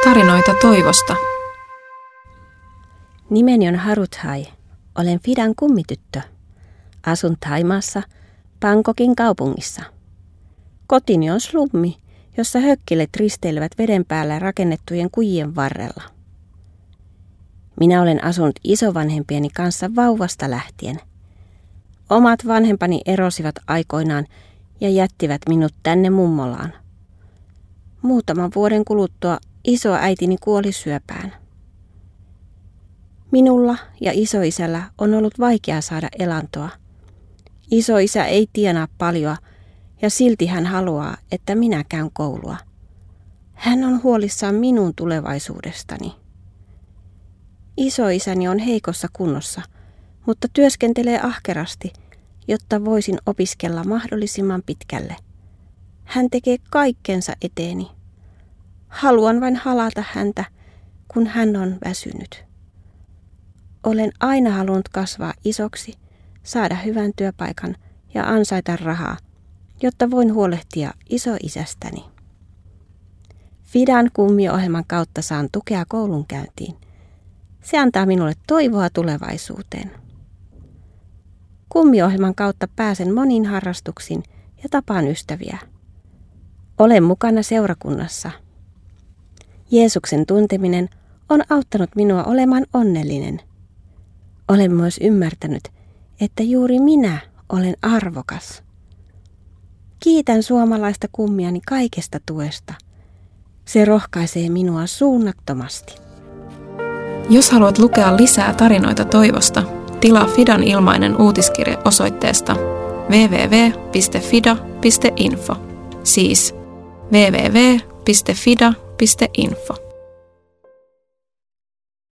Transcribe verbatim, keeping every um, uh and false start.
Tarinoita toivosta. Nimeni on Haruthai. Olen Fidan kummityttö. Asun Thaimaassa, Bangkokin kaupungissa. Kotini on slummi, jossa hökkilet risteilevät veden päällä rakennettujen kujien varrella. Minä olen asunut isovanhempieni kanssa vauvasta lähtien. Omat vanhempani erosivat aikoinaan ja jättivät minut tänne mummolaan. Muutaman vuoden kuluttua isoäitini kuoli syöpään. Minulla ja isoisällä on ollut vaikea saada elantoa. Isoisä ei tienaa paljoa ja silti hän haluaa, että minä käyn koulua. Hän on huolissaan minun tulevaisuudestani. Isoisäni on heikossa kunnossa, mutta työskentelee ahkerasti, jotta voisin opiskella mahdollisimman pitkälle. Hän tekee kaikkensa eteeni. Haluan vain halata häntä, kun hän on väsynyt. Olen aina halunnut kasvaa isoksi, saada hyvän työpaikan ja ansaita rahaa, jotta voin huolehtia isoisästäni. Fidan kummiohjelman kautta saan tukea koulunkäyntiin. Se antaa minulle toivoa tulevaisuuteen. Kummiohjelman kautta pääsen moniin harrastuksiin ja tapaan ystäviä. Olen mukana seurakunnassa. Jeesuksen tunteminen on auttanut minua olemaan onnellinen. Olen myös ymmärtänyt, että juuri minä olen arvokas. Kiitän suomalaista kummiani kaikesta tuesta. Se rohkaisee minua suunnattomasti. Jos haluat lukea lisää tarinoita toivosta, tilaa Fidan ilmainen uutiskirje osoitteesta double-u double-u double-u piste fida piste info, siis double-u double-u double-u piste fida piste info.